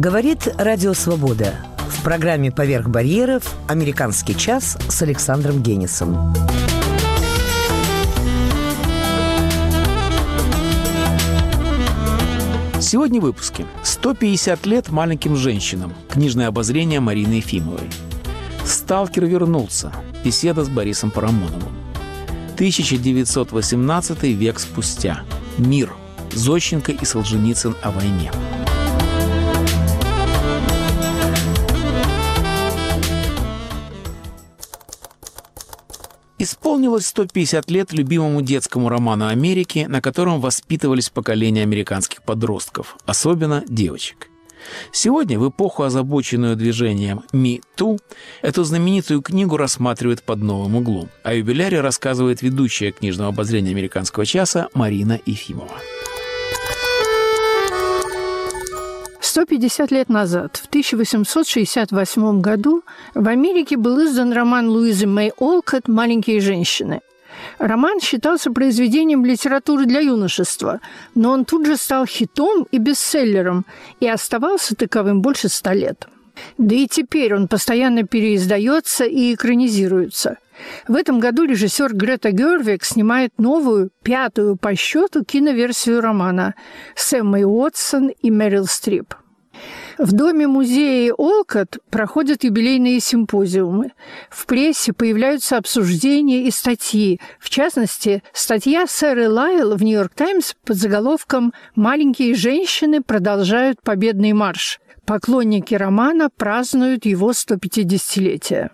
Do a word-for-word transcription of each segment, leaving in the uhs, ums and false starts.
Говорит Радио Свобода. В программе «Поверх барьеров» «Американский час» с Александром Генисом. Сегодня в выпуске «сто пятьдесят лет маленьким женщинам». Книжное обозрение Марины Ефимовой. «Сталкер вернулся». Беседа с Борисом Парамоновым. тысяча девятьсот восемнадцатый век спустя. Мир. Зощенко и Солженицын о войне. Исполнилось сто пятьдесят лет любимому детскому роману Америки, на котором воспитывались поколения американских подростков, особенно девочек. Сегодня, в эпоху, озабоченную движением «Me Too», эту знаменитую книгу рассматривают под новым углом. О юбиляре рассказывает ведущая книжного обозрения «Американского часа» Марина Ефимова. сто пятьдесят лет назад, в тысяча восемьсот шестьдесят восьмом году, в Америке был издан роман Луизы Мэй Олкотт «Маленькие женщины». Роман считался произведением литературы для юношества, но он тут же стал хитом и бестселлером и оставался таковым больше ста лет. Да и теперь он постоянно переиздается и экранизируется. В этом году режиссер Грета Гервиг снимает новую, пятую по счету киноверсию романа с Эммой Уотсон и Мерил Стрип. В доме-музее Олкотт проходят юбилейные симпозиумы. В прессе появляются обсуждения и статьи. В частности, статья Сэры Лайл в «Нью-Йорк Таймс» под заголовком «Маленькие женщины продолжают победный марш». Поклонники романа празднуют его сто пятидесятилетие.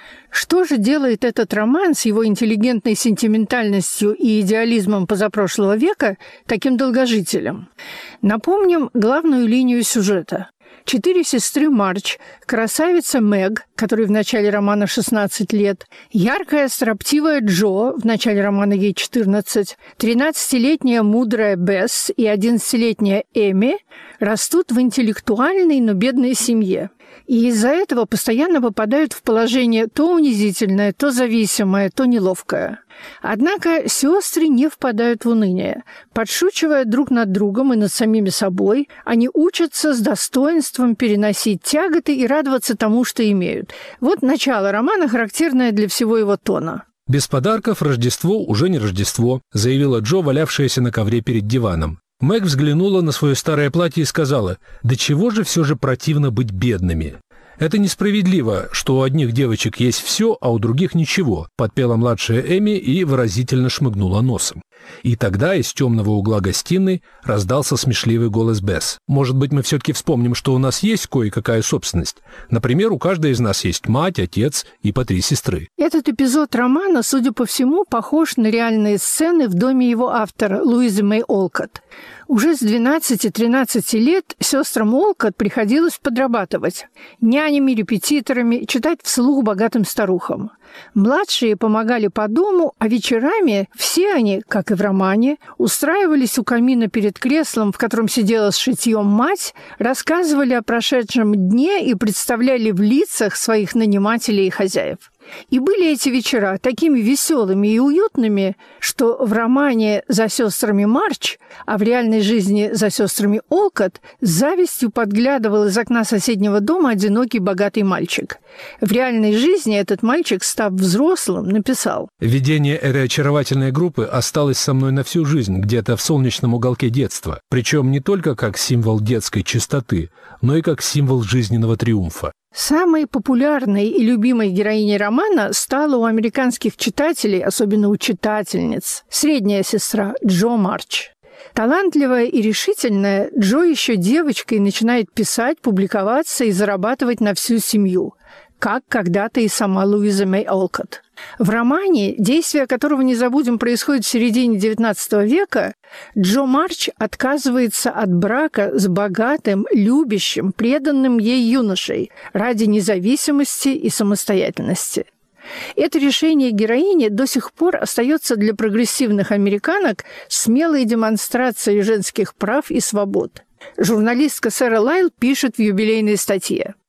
Что же делает этот роман с его интеллигентной сентиментальностью и идеализмом позапрошлого века таким долгожителем? Напомним главную линию сюжета. Четыре сестры Марч, красавица Мэг, которой в начале романа шестнадцать лет, яркая, строптивая Джо, в начале романа ей четырнадцать, тринадцатилетняя мудрая Бесс и одиннадцатилетняя Эми растут в интеллектуальной, но бедной семье. И из-за этого постоянно попадают в положение то унизительное, то зависимое, то неловкое. Однако сестры не впадают в уныние. Подшучивая друг над другом и над самими собой, они учатся с достоинством переносить тяготы и радоваться тому, что имеют. Вот начало романа, характерное для всего его тона. «Без подарков Рождество уже не Рождество», заявила Джо, валявшаяся на ковре перед диваном. Мэг взглянула на свое старое платье и сказала: «Да чего же все же противно быть бедными?» «Это несправедливо, что у одних девочек есть все, а у других ничего», подпела младшая Эми и выразительно шмыгнула носом. И тогда из темного угла гостиной раздался смешливый голос Бесс. «Может быть, мы все-таки вспомним, что у нас есть кое-какая собственность? Например, у каждой из нас есть мать, отец и по три сестры». Этот эпизод романа, судя по всему, похож на реальные сцены в доме его автора Луизы Мэй Олкотт. Уже с двенадцати-тринадцати лет сестрам Олкотт приходилось подрабатывать нянями, репетиторами, читать вслух богатым старухам. Младшие помогали по дому, а вечерами все они, как и в романе, устраивались у камина перед креслом, в котором сидела с шитьем мать, рассказывали о прошедшем дне и представляли в лицах своих нанимателей и хозяев. И были эти вечера такими веселыми и уютными, что в романе «За сестрами Марч», а в реальной жизни «За сестрами Олкотт» с завистью подглядывал из окна соседнего дома одинокий богатый мальчик. В реальной жизни этот мальчик, став взрослым, написал: «Видение этой очаровательной группы осталось со мной на всю жизнь, где-то в солнечном уголке детства, причем не только как символ детской чистоты, но и как символ жизненного триумфа». Самой популярной и любимой героиней романа стала у американских читателей, особенно у читательниц, средняя сестра Джо Марч. Талантливая и решительная, Джо еще девочкой начинает писать, публиковаться и зарабатывать на всю семью, как когда-то и сама Луиза Мэй Олкотт. В романе, действие которого, не забудем, происходит в середине девятнадцатого века, Джо Марч отказывается от брака с богатым, любящим, преданным ей юношей ради независимости и самостоятельности. Это решение героини до сих пор остается для прогрессивных американок смелой демонстрацией женских прав и свобод. Журналистка Сэра Лайл пишет в юбилейной статье: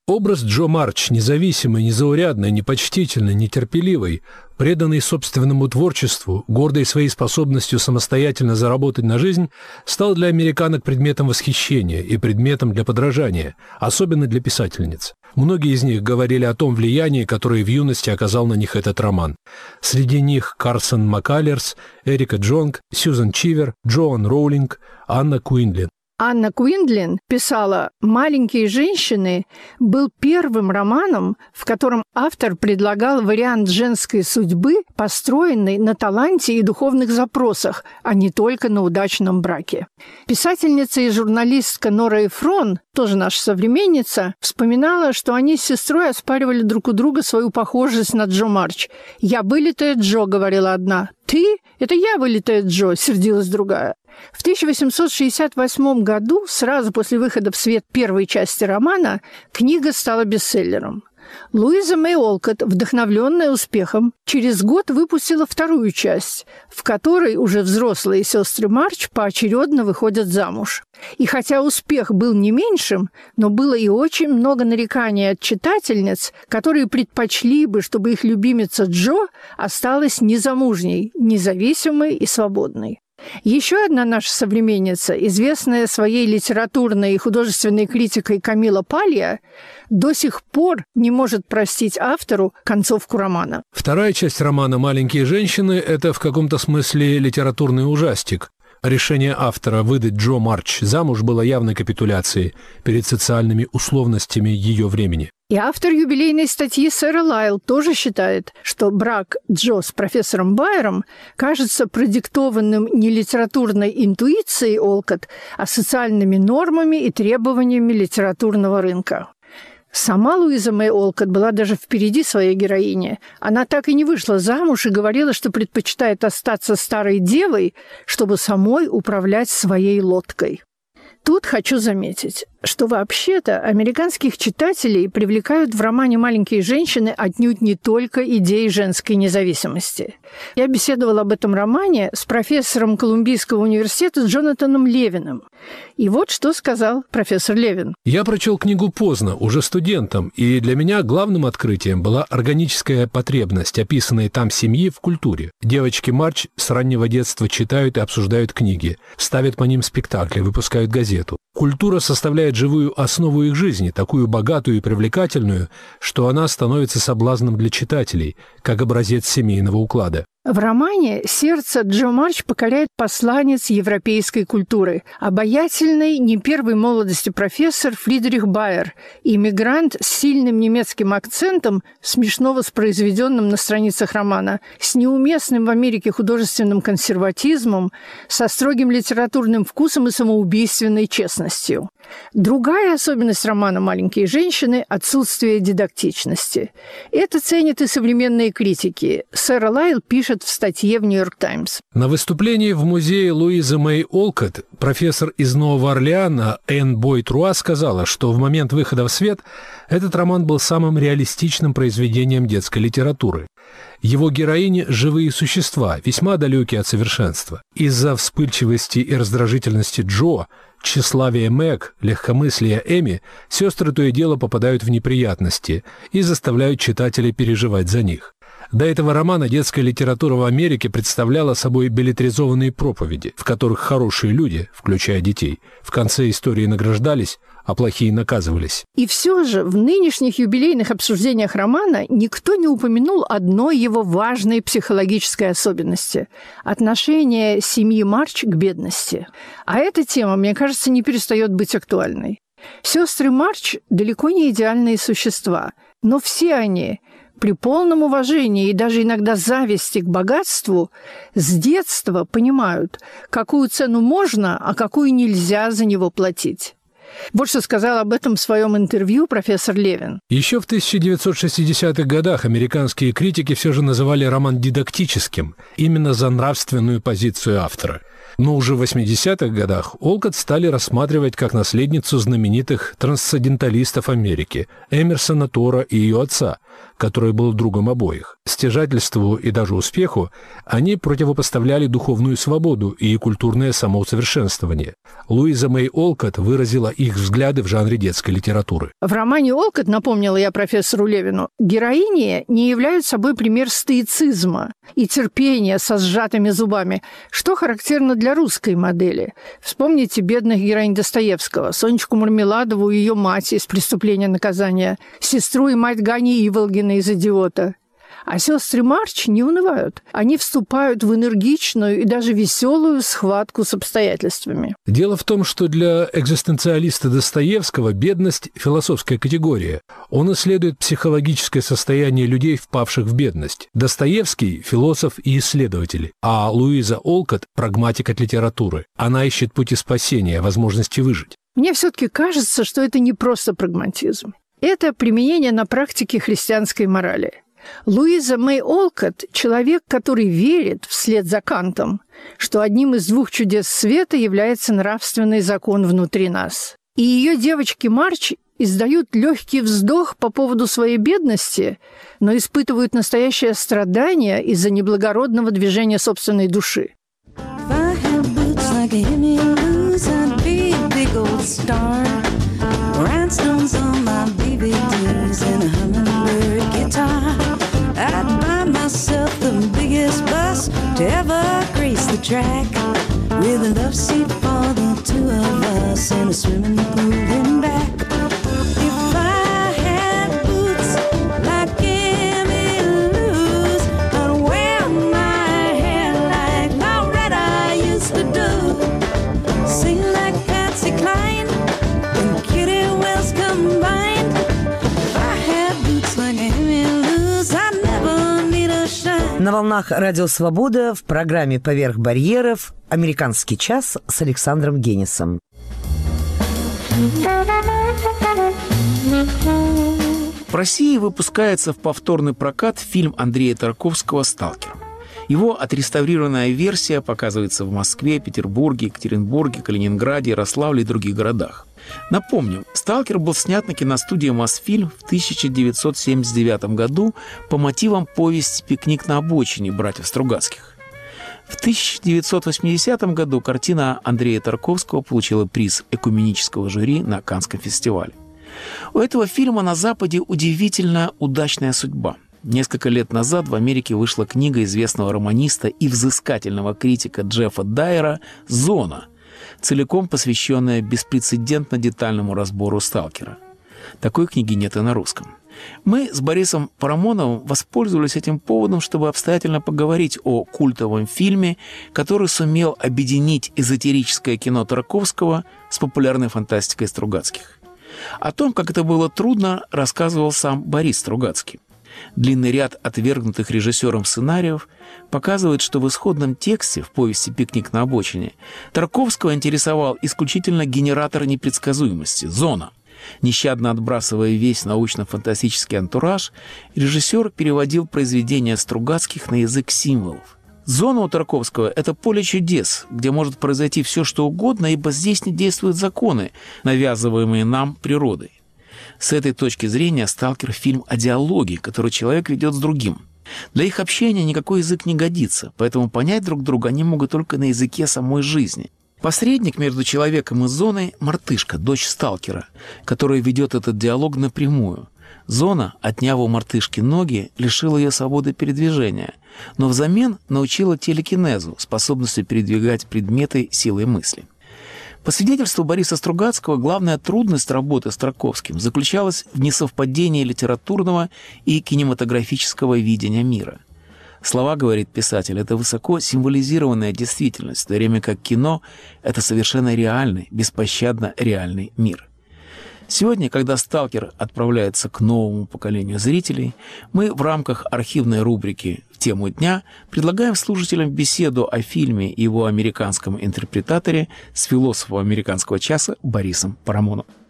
Образ Джо Марч, независимый, незаурядный, непочтительный, нетерпеливый, преданный собственному творчеству, гордый своей способностью самостоятельно заработать на жизнь, стал для американок предметом восхищения и предметом для подражания, особенно для писательниц. Многие из них говорили о том влиянии, которое в юности оказал на них этот роман. Среди них Карсон Маккалерс, Эрика Джонг, Сьюзан Чивер, Джоан Роулинг, Анна Куинлин. Анна Куинлин писала: «Маленькие женщины» был первым романом, в котором автор предлагал вариант женской судьбы, построенный на таланте и духовных запросах, а не только на удачном браке. Писательница и журналистка Нора Эфрон, тоже наша современница, вспоминала, что они с сестрой оспаривали друг у друга свою похожесть на Джо Марч. «Я вылитая Джо», — говорила одна. «Ты? Это я вылитая Джо», — сердилась другая. В тысяча восемьсот шестьдесят восьмом году, сразу после выхода в свет первой части романа, книга стала бестселлером. Луиза Мэй Олкотт, вдохновленная успехом, через год выпустила вторую часть, в которой уже взрослые сестры Марч поочередно выходят замуж. И хотя успех был не меньшим, но было и очень много нареканий от читательниц, которые предпочли бы, чтобы их любимица Джо осталась незамужней, независимой и свободной. Еще одна наша современница, известная своей литературной и художественной критикой Камила Палья, до сих пор не может простить автору концовку романа. Вторая часть романа «Маленькие женщины» — это в каком-то смысле литературный ужастик. Решение автора выдать Джо Марч замуж было явной капитуляцией перед социальными условностями ее времени. И автор юбилейной статьи Сэра Лайл тоже считает, что брак Джо с профессором Байером кажется продиктованным не литературной интуицией Олкотт, а социальными нормами и требованиями литературного рынка. Сама Луиза Мэй Олкотт была даже впереди своей героини. Она так и не вышла замуж и говорила, что предпочитает остаться старой девой, чтобы самой управлять своей лодкой. Тут хочу заметить, что вообще-то американских читателей привлекают в романе «Маленькие женщины» отнюдь не только идеи женской независимости. Я беседовала об этом романе с профессором Колумбийского университета Джонатаном Левиным. И вот что сказал профессор Левин. «Я прочел книгу поздно, уже студентом, и для меня главным открытием была органическая потребность, описанная там семьи в культуре. Девочки Марч с раннего детства читают и обсуждают книги, ставят по ним спектакли, выпускают газету. Культура составляет живую основу их жизни, такую богатую и привлекательную, что она становится соблазном для читателей, как образец семейного уклада. В романе сердце Джо Марч покоряет посланец европейской культуры, обаятельный не первой молодости профессор Фридрих Байер, иммигрант с сильным немецким акцентом, смешно воспроизведенным на страницах романа, с неуместным в Америке художественным консерватизмом, со строгим литературным вкусом и самоубийственной честностью. Другая особенность романа «Маленькие женщины» – отсутствие дидактичности. Это ценят и современные критики. Сэр Лайл пишет в статье в «Нью-Йорк Таймс». На выступлении в музее Луизы Мэй Олкотт профессор из Нового Орлеана Энн Бойд Руа сказала, что в момент выхода в свет этот роман был самым реалистичным произведением детской литературы. Его героини – живые существа, весьма далекие от совершенства. Из-за вспыльчивости и раздражительности Джо, тщеславия Мэг, легкомыслия Эми, сестры то и дело попадают в неприятности и заставляют читателей переживать за них. До этого романа детская литература в Америке представляла собой беллетризованные проповеди, в которых хорошие люди, включая детей, в конце истории награждались, а плохие наказывались. И все же в нынешних юбилейных обсуждениях романа никто не упомянул одной его важной психологической особенности – отношение семьи Марч к бедности. А эта тема, мне кажется, не перестает быть актуальной. Сестры Марч далеко не идеальные существа, но все они – при полном уважении и даже иногда зависти к богатству, с детства понимают, какую цену можно, а какую нельзя за него платить. Вот что сказал об этом в своем интервью профессор Левин. Еще в тысяча девятьсот шестидесятых годах американские критики все же называли роман дидактическим, именно за нравственную позицию автора. Но уже в восьмидесятых годах Олкотт стали рассматривать как наследницу знаменитых трансценденталистов Америки Эмерсона, Тора и ее отца, который был другом обоих. Стяжательству и даже успеху они противопоставляли духовную свободу и культурное самоусовершенствование. Луиза Мэй Олкотт выразила их взгляды в жанре детской литературы. В романе «Олкотт», напомнила я профессору Левину, героини не являются собой пример стоицизма и терпения со сжатыми зубами, что характерно для русской модели. Вспомните бедных героинь Достоевского, Сонечку Мармеладову и ее мать из «Преступления и наказания», сестру и мать Гани Иволгина из «Идиота». А сестры Марч не унывают. Они вступают в энергичную и даже веселую схватку с обстоятельствами. Дело в том, что для экзистенциалиста Достоевского бедность – философская категория. Он исследует психологическое состояние людей, впавших в бедность. Достоевский – философ и исследователь, а Луиза Олкотт – прагматик от литературы. Она ищет пути спасения, возможности выжить. Мне все-таки кажется, что это не просто прагматизм. Это применение на практике христианской морали. Луиза Мэй Олкотт – человек, который верит, вслед за Кантом, что одним из двух чудес света является нравственный закон внутри нас. И ее девочки Марч издают легкий вздох по поводу своей бедности, но испытывают настоящее страдание из-за неблагородного движения собственной души. I'd buy myself the biggest bus to ever grace the track, with a love seat for the two of us and a swimming pool in back. If I had boots like Emmylous, I'd wear my hair like Loretta used to do, sing like Patsy Cline and Kitty Wells combined. If I had boots like Emmylous, I'd На волнах Радио Свобода в программе «Поверх барьеров» «Американский час» с Александром Генисом. В России выпускается в повторный прокат фильм Андрея Тарковского «Сталкер». Его отреставрированная версия показывается в Москве, Петербурге, Екатеринбурге, Калининграде, Ярославле и других городах. Напомним, «Сталкер» был снят на киностудии «Мосфильм» в тысяча девятьсот семьдесят девятом году по мотивам повести «Пикник на обочине» братьев Стругацких. В тысяча девятьсот восьмидесятом году картина Андрея Тарковского получила приз экуменического жюри на Каннском фестивале. У этого фильма на Западе удивительно удачная судьба. Несколько лет назад в Америке вышла книга известного романиста и взыскательного критика Джеффа Дайера «Зона», целиком посвященная беспрецедентно детальному разбору «Сталкера». Такой книги нет и на русском. Мы с Борисом Парамоновым воспользовались этим поводом, чтобы обстоятельно поговорить о культовом фильме, который сумел объединить эзотерическое кино Тарковского с популярной фантастикой Стругацких. О том, как это было трудно, рассказывал сам Борис Стругацкий. Длинный ряд отвергнутых режиссером сценариев показывает, что в исходном тексте в повести «Пикник на обочине» Тарковского интересовал исключительно генератор непредсказуемости – «Зона». Нещадно отбрасывая весь научно-фантастический антураж, режиссер переводил произведения Стругацких на язык символов. «Зона» у Тарковского – это поле чудес, где может произойти все, что угодно, ибо здесь не действуют законы, навязываемые нам природой. С этой точки зрения «Сталкер» – фильм о диалоге, который человек ведет с другим. Для их общения никакой язык не годится, поэтому понять друг друга они могут только на языке самой жизни. Посредник между человеком и зоной – мартышка, дочь Сталкера, которая ведет этот диалог напрямую. Зона, отняв у мартышки ноги, лишила ее свободы передвижения, но взамен научила телекинезу, способности передвигать предметы силой мысли. По свидетельству Бориса Стругацкого, главная трудность работы с Тарковским заключалась в несовпадении литературного и кинематографического видения мира. Слова, говорит писатель, это высоко символизированная действительность, в то время как кино – это совершенно реальный, беспощадно реальный мир. Сегодня, когда «Сталкер» отправляется к новому поколению зрителей, мы в рамках архивной рубрики «В тему дня» предлагаем слушателям беседу о фильме и его американском интерпретаторе с философом американского часа Борисом Парамоновым.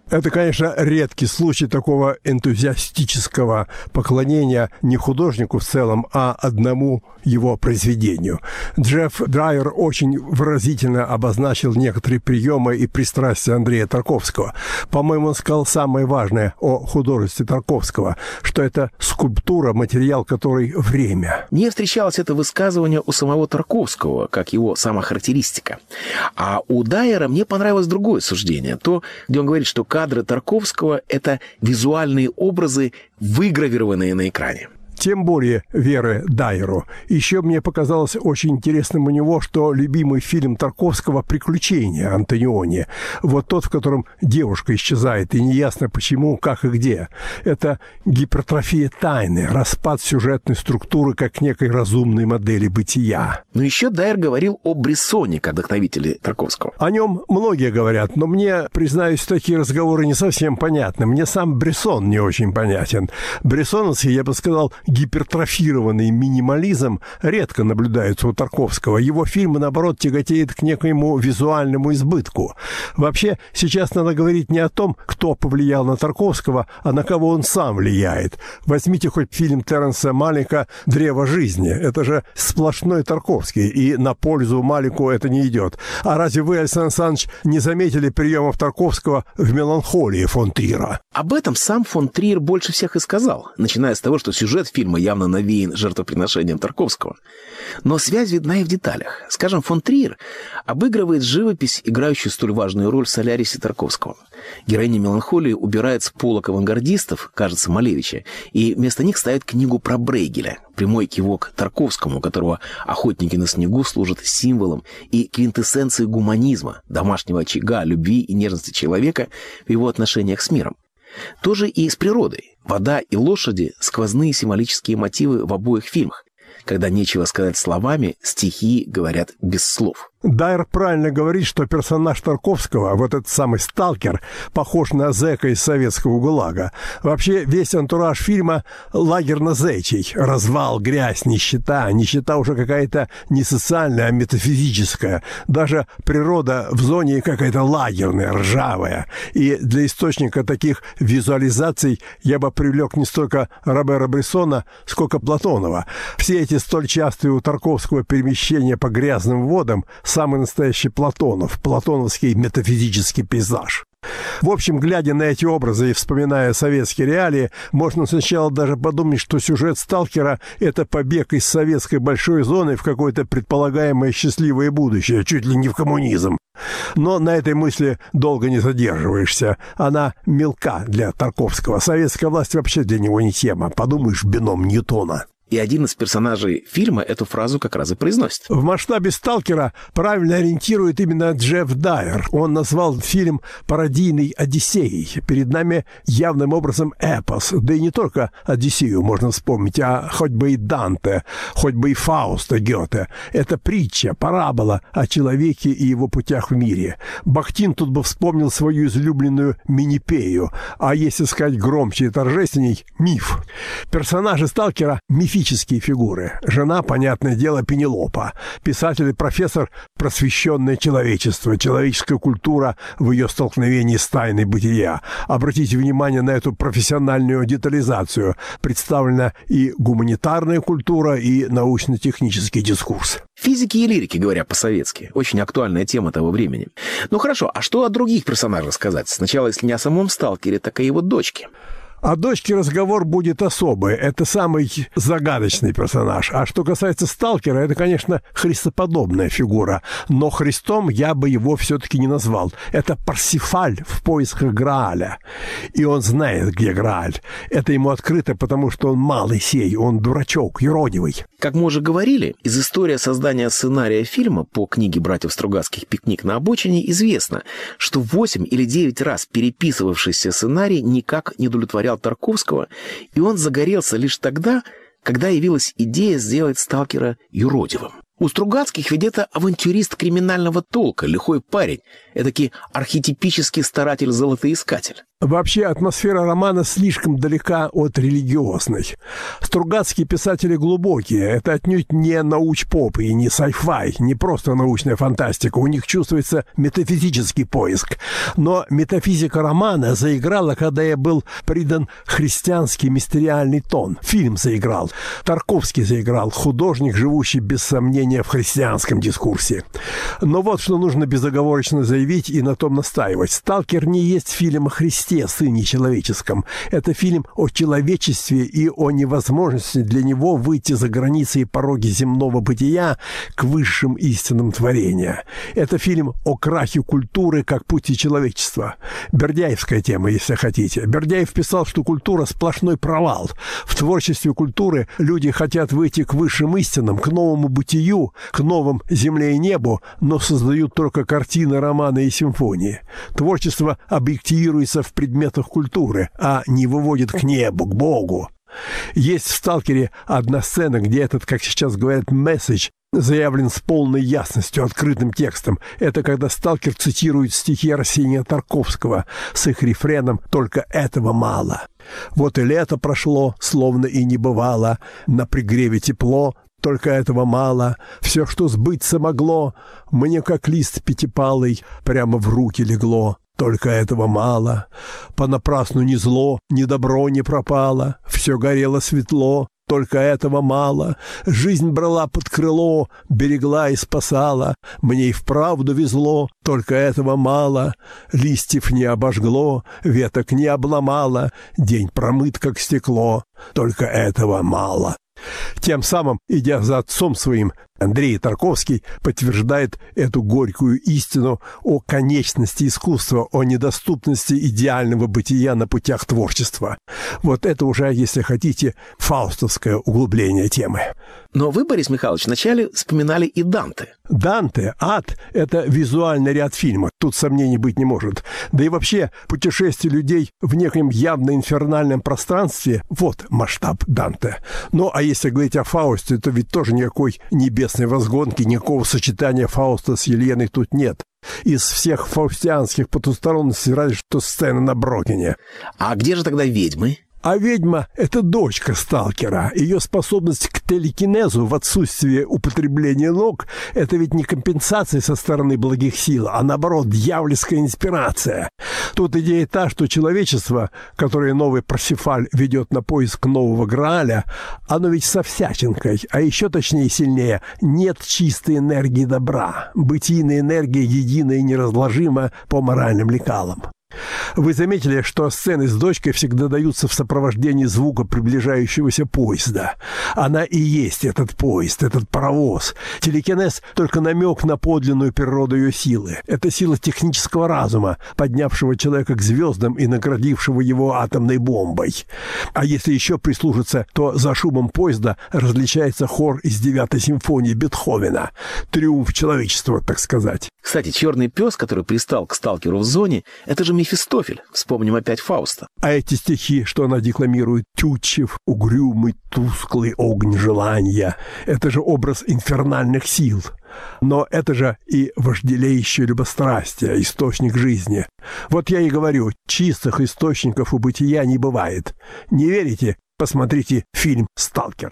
Это, конечно, редкий случай такого энтузиастического поклонения не художнику в целом, а одному его произведению. Джефф Драйер очень выразительно обозначил некоторые приемы и пристрастия Андрея Тарковского. По-моему, он сказал самое важное о художестве Тарковского, что это скульптура, материал которой время. Мне встречалось это высказывание у самого Тарковского, как его самохарактеристика. А у Дайера мне понравилось другое суждение, то, где он говорит, что кадры Тарковского – это визуальные образы, выгравированные на экране. Тем более Веры Дайеру. Еще мне показалось очень интересным у него, что любимый фильм Тарковского «Приключения» Антониони, вот тот, в котором девушка исчезает, и неясно почему, как и где. Это гипертрофия тайны, распад сюжетной структуры как некой разумной модели бытия. Но еще Дайер говорил о Брессоне, как вдохновителе Тарковского. О нем многие говорят, но мне, признаюсь, такие разговоры не совсем понятны. Мне сам Брессон не очень понятен. Брессоновский, я бы сказал, гипертрофированный минимализм редко наблюдается у Тарковского. Его фильмы, наоборот, тяготеют к некоему визуальному избытку. Вообще, сейчас надо говорить не о том, кто повлиял на Тарковского, а на кого он сам влияет. Возьмите хоть фильм Терренса Малика «Древо жизни». Это же сплошной Тарковский, и на пользу Малику это не идет. А разве вы, Александр Александрович, не заметили приемов Тарковского в «Меланхолии» фон Триера? Об этом сам фон Триер больше всех и сказал, начиная с того, что сюжет фильма явно навеян жертвоприношением Тарковского. Но связь видна и в деталях. Скажем, фон Триер обыгрывает живопись, играющую столь важную роль в «Солярисе» Тарковского. Героиня «Меланхолии» убирает с полок авангардистов, кажется, Малевича, и вместо них ставит книгу про Брейгеля, прямой кивок Тарковскому, которого «Охотники на снегу» служат символом и квинтэссенцией гуманизма, домашнего очага, любви и нежности человека в его отношениях с миром. То же и с природой. Вода и лошади – сквозные символические мотивы в обоих фильмах. Когда нечего сказать словами, стихи говорят без слов. Дайер правильно говорит, что персонаж Тарковского, вот этот самый сталкер, похож на зэка из советского ГУЛАГа. Вообще весь антураж фильма лагерно-зэчий. Развал, грязь, нищета. Нищета уже какая-то не социальная, а метафизическая. Даже природа в зоне какая-то лагерная, ржавая. И для источника таких визуализаций я бы привлек не столько Робера Брессона, сколько Платонова. Все эти столь частые у Тарковского перемещения по грязным водам – самый настоящий Платонов, платоновский метафизический пейзаж. В общем, глядя на эти образы и вспоминая советские реалии, можно сначала даже подумать, что сюжет «Сталкера» — это побег из советской большой зоны в какое-то предполагаемое счастливое будущее, чуть ли не в коммунизм. Но на этой мысли долго не задерживаешься. Она мелка для Тарковского. Советская власть вообще для него не тема. Подумаешь, бином Ньютона. И один из персонажей фильма эту фразу как раз и произносит. В масштабе «Сталкера» правильно ориентирует именно Джефф Дайер. Он назвал фильм пародийной «Одиссеей». Перед нами явным образом эпос. Да и не только «Одиссею» можно вспомнить, а хоть бы и Данте, хоть бы и Фауста Гёте. Это притча, парабола о человеке и его путях в мире. Бахтин тут бы вспомнил свою излюбленную Минипею. А если сказать громче и торжественней – миф. Персонажи «Сталкера» – мифические. Мифические фигуры. Жена, понятное дело, Пенелопа. Писатель и профессор – просвещенное человечество, человеческая культура в ее столкновении с тайной бытия. Обратите внимание на эту профессиональную детализацию. Представлена и гуманитарная культура, и научно-технический дискурс. Физики и лирики, говоря по-советски. Очень актуальная тема того времени. Ну хорошо, а что о других персонажах сказать? Сначала, если не о самом Сталкере, так и о его дочке. О дочке разговор будет особый. Это самый загадочный персонаж. А что касается Сталкера, это, конечно, христоподобная фигура. Но Христом я бы его все-таки не назвал. Это Парсифаль в поисках Грааля. И он знает, где Грааль. Это ему открыто, потому что он малый сей, он дурачок, юродивый. Как мы уже говорили, из истории создания сценария фильма по книге братьев Стругацких «Пикник на обочине» известно, что восемь или девять раз переписывавшийся сценарий никак не удовлетворял Тарковского, и он загорелся лишь тогда, когда явилась идея сделать Сталкера юродивым. У Стругацких ведь это авантюрист криминального толка, лихой парень, эдакий архетипический старатель-золотоискатель. Вообще атмосфера романа слишком далека от религиозной. Стругацкие писатели глубокие. Это отнюдь не науч-поп и не sci-fi, не просто научная фантастика. У них чувствуется метафизический поиск. Но метафизика романа заиграла, когда я был придан христианский мистериальный тон. Фильм заиграл. Тарковский заиграл. Художник, живущий без сомнения в христианском дискурсе. Но вот что нужно безоговорочно заявить и на том настаивать. «Сталкер» не есть фильм о Христе, Сыне Человеческом. Это фильм о человечестве и о невозможности для него выйти за границы и пороги земного бытия к высшим истинам творения. Это фильм о крахе культуры как пути человечества. Бердяевская тема, если хотите. Бердяев писал, что культура – сплошной провал. В творчестве культуры люди хотят выйти к высшим истинам, к новому бытию, к новым земле и небу, но создают только картины, романы и симфонии. Творчество объективируется в предметах культуры, а не выводит к небу, к Богу. Есть в «Сталкере» одна сцена, где этот, как сейчас говорят, месседж заявлен с полной ясностью, открытым текстом. Это когда «Сталкер» цитирует стихи Арсения Тарковского с их рефреном «Только этого мало». Вот и лето прошло, словно и не бывало, на пригреве тепло, только этого мало. Все, что сбыться могло, мне, как лист пятипалый, прямо в руки легло. Только этого мало. Понапрасну ни зло, ни добро не пропало. Все горело светло, только этого мало. Жизнь брала под крыло, берегла и спасала. Мне и вправду везло, только этого мало. Листьев не обожгло, веток не обломало. День промыт, как стекло, только этого мало. Тем самым, идя за отцом своим, Андрей Тарковский подтверждает эту горькую истину о конечности искусства, о недоступности идеального бытия на путях творчества. Вот это уже, если хотите, фаустовское углубление темы. Но вы, Борис Михайлович, вначале вспоминали и Данте. Данте, ад – это визуальный ряд фильма. Тут сомнений быть не может. Да и вообще, путешествие людей в неком явно инфернальном пространстве – вот масштаб Данте. Ну, а если говорить о Фаусте, то ведь тоже никакой небесной возгонки, никакого сочетания Фауста с Еленой тут нет. Из всех фаустианских потусторонностей разве что сцена на Брокене. А где же тогда ведьмы? А ведьма – это дочка сталкера. Ее способность к телекинезу в отсутствии употребления ног – это ведь не компенсация со стороны благих сил, а наоборот, дьявольская инспирация. Тут идея та, что человечество, которое новый Парсифаль ведет на поиск нового Грааля, оно ведь со всячинкой, а еще точнее и сильнее, нет чистой энергии добра. Бытийная энергия едина и неразложима по моральным лекалам. Вы заметили, что сцены с дочкой всегда даются в сопровождении звука приближающегося поезда. Она и есть этот поезд, этот паровоз. Телекинез – только намек на подлинную природу ее силы. Это сила технического разума, поднявшего человека к звездам и наградившего его атомной бомбой. А если еще прислушаться, то за шумом поезда различается хор из девятой симфонии Бетховена. Триумф человечества, так сказать. Кстати, черный пес, который пристал к сталкеру в зоне, это же Мефистофель. Вспомним опять Фауста. А эти стихи, что она декламирует: «Тютчев, угрюмый, тусклый огонь желания». Это же образ инфернальных сил. Но это же и вожделеющее любострастие, источник жизни. Вот я и говорю, чистых источников у бытия не бывает. Не верите? Посмотрите фильм «Сталкер».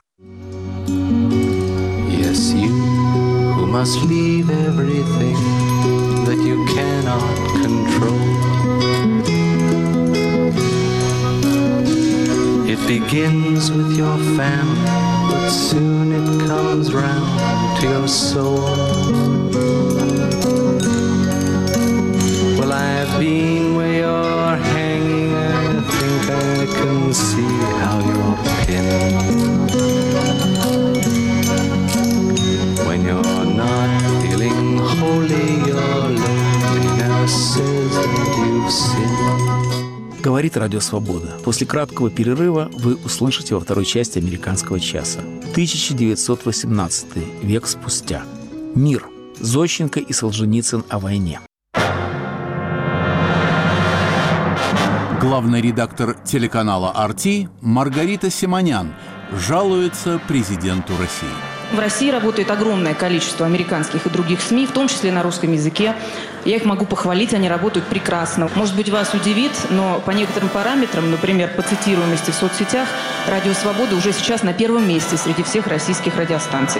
Yes, you who must leave everything that you cannot control. It begins with your family, but soon it comes round to your soul. Well, I've been where you're hanging, and I think I can see how you're pinned. When you're not feeling holy, your loneliness says that you've sinned. Говорит Радио Свобода. После краткого перерыва вы услышите во второй части «Американского часа». тысяча девятьсот восемнадцатый, век спустя. Мир. Зощенко и Солженицын о войне. Главный редактор телеканала «Ар Ти» Маргарита Симонян жалуется президенту России. В России работает огромное количество американских и других СМИ, в том числе на русском языке. Я их могу похвалить, они работают прекрасно. Может быть, вас удивит, но по некоторым параметрам, например, по цитируемости в соцсетях, «Радио Свобода» уже сейчас на первом месте среди всех российских радиостанций.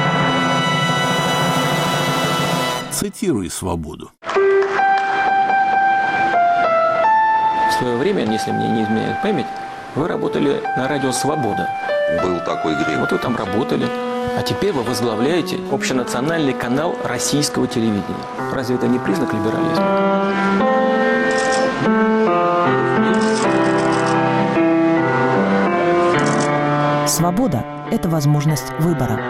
Цитируй «Свободу». В свое время, если мне не изменяет память, вы работали на радио «Свобода». Был такой грех. Вот вы там работали. А теперь вы возглавляете общенациональный канал российского телевидения. Разве это не признак либерализма? Свобода – это возможность выбора.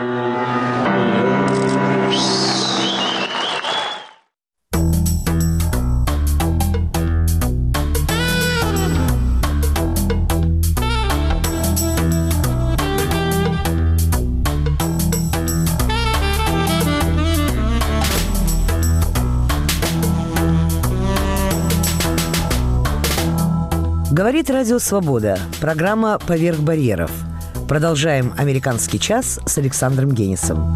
Говорит Радио Свобода. Программа «Поверх барьеров». Продолжаем «Американский час» с Александром Генисом.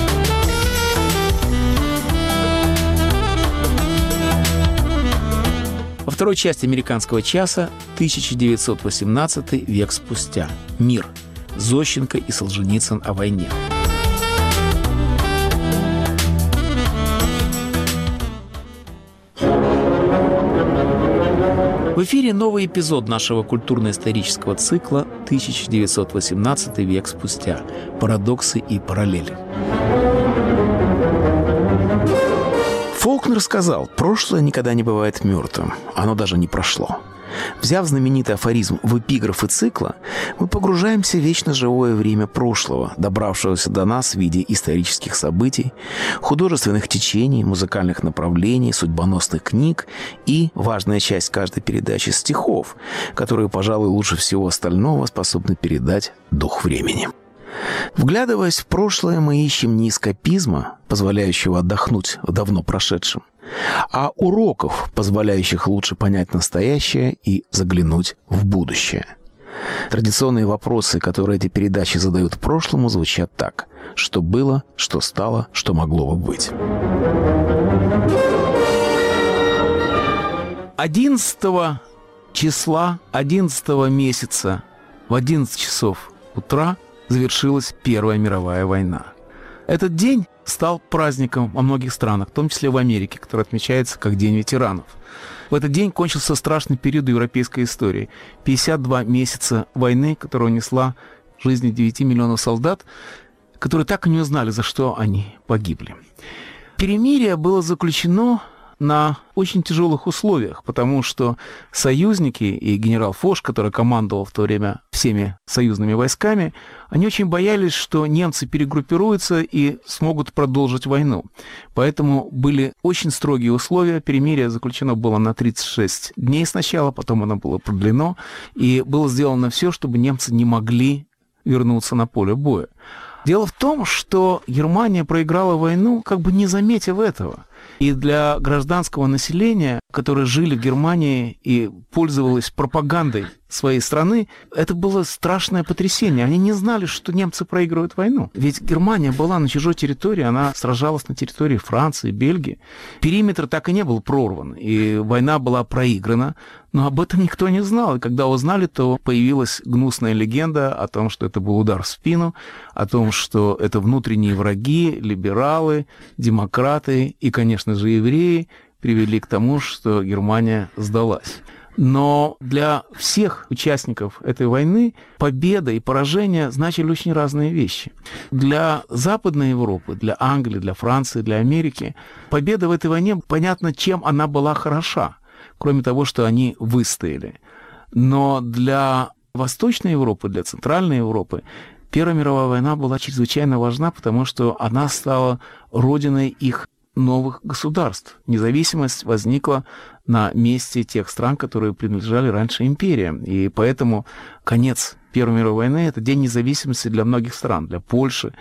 Во второй части «Американского часа» тысяча девятьсот восемнадцатый век спустя. Мир. Зощенко и Солженицын о войне. В эфире новый эпизод нашего культурно-исторического цикла тысяча девятьсот восемнадцатый век спустя. Парадоксы и параллели. Фолкнер сказал: «Прошлое никогда не бывает мертвым. Оно даже не прошло». Взяв знаменитый афоризм в эпиграфы цикла, мы погружаемся в вечно живое время прошлого, добравшегося до нас в виде исторических событий, художественных течений, музыкальных направлений, судьбоносных книг и, важная часть каждой передачи, стихов, которые, пожалуй, лучше всего остального способны передать дух времени. Вглядываясь в прошлое, мы ищем не эскапизма, позволяющего отдохнуть в давно прошедшем, а уроков, позволяющих лучше понять настоящее и заглянуть в будущее. Традиционные вопросы, которые эти передачи задают прошлому, звучат так: что было, что стало, что могло бы быть. одиннадцатого числа одиннадцатого месяца в одиннадцать часов утра завершилась Первая мировая война. Этот день стал праздником во многих странах, в том числе в Америке, который отмечается как День ветеранов. В этот день кончился страшный период европейской истории. пятьдесят два месяца войны, которая унесла жизни девяти миллионов солдат, которые так и не узнали, за что они погибли. Перемирие было заключено на очень тяжелых условиях, потому что союзники и генерал Фош, который командовал в то время всеми союзными войсками, они очень боялись, что немцы перегруппируются и смогут продолжить войну. Поэтому были очень строгие условия. Перемирие заключено было на тридцать шесть дней сначала, потом оно было продлено, и было сделано все, чтобы немцы не могли вернуться на поле боя. Дело в том, что Германия проиграла войну, как бы не заметив этого. И для гражданского населения, которое жили в Германии и пользовалось пропагандой своей страны, это было страшное потрясение. Они не знали, что немцы проигрывают войну. Ведь Германия была на чужой территории, она сражалась на территории Франции, Бельгии. Периметр так и не был прорван, и война была проиграна, но об этом никто не знал. И когда узнали, то появилась гнусная легенда о том, что это был удар в спину, о том, что это внутренние враги, либералы, демократы и, конечно же, евреи привели к тому, что Германия сдалась. Но для всех участников этой войны победа и поражение значили очень разные вещи. Для Западной Европы, для Англии, для Франции, для Америки победа в этой войне, понятно, чем она была хороша, кроме того, что они выстояли. Но для Восточной Европы, для Центральной Европы Первая мировая война была чрезвычайно важна, потому что она стала родиной их новых государств. Независимость возникла на месте тех стран, которые принадлежали раньше империям. И поэтому конец Первой мировой войны – это день независимости для многих стран, для Польши,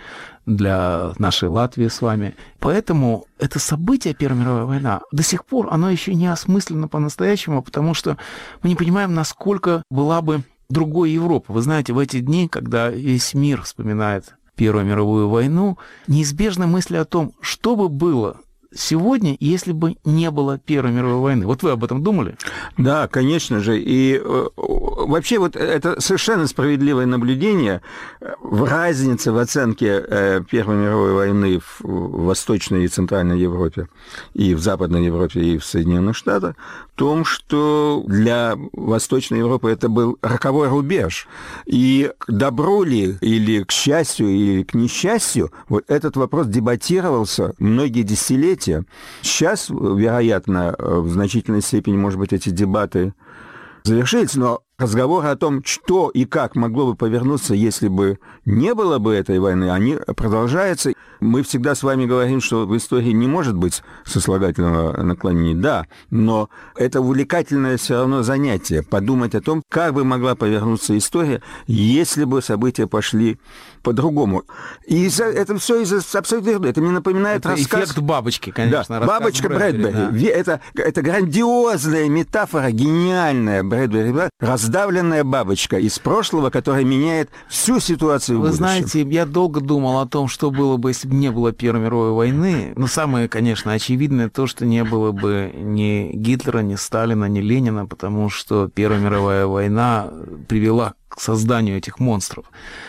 для нашей Латвии с вами. Поэтому это событие Первая мировая война до сих пор, оно еще не осмысленно по-настоящему, потому что мы не понимаем, насколько была бы другой Европа. Вы знаете, в эти дни, когда весь мир вспоминает Первую мировую войну, неизбежно мысли о том, что бы было сегодня, если бы не было Первой мировой войны. Вот вы об этом думали? Да, конечно же. И э, вообще вот это совершенно справедливое наблюдение в разнице в оценке э, Первой мировой войны в, в Восточной и Центральной Европе, и в Западной Европе, и в Соединенных Штатах, в том, что для Восточной Европы это был роковой рубеж. И к добру ли, или к счастью, или к несчастью, вот этот вопрос дебатировался многие десятилетия. Сейчас, вероятно, в значительной степени, может быть, эти дебаты завершились, но разговоры о том, что и как могло бы повернуться, если бы не было бы этой войны, они продолжаются. Мы всегда с вами говорим, что в истории не может быть сослагательного наклонения. Да, но это увлекательное все равно занятие. Подумать о том, как бы могла повернуться история, если бы события пошли по-другому. И это все из-за абсолютно... Это мне напоминает это рассказ... эффект бабочки, конечно. Да, бабочка Брэдбери. Брэдбери. Да. Это, это грандиозная метафора, гениальная Брэдбери. Раздавленная бабочка из прошлого, которая меняет всю ситуацию в Вы будущем. знаете, я долго думал о том, что было бы, если бы не было Первой мировой войны. Но самое, конечно, очевидное то, что не было бы ни Гитлера, ни Сталина, ни Ленина, потому что Первая мировая война привела к созданию этих монстров.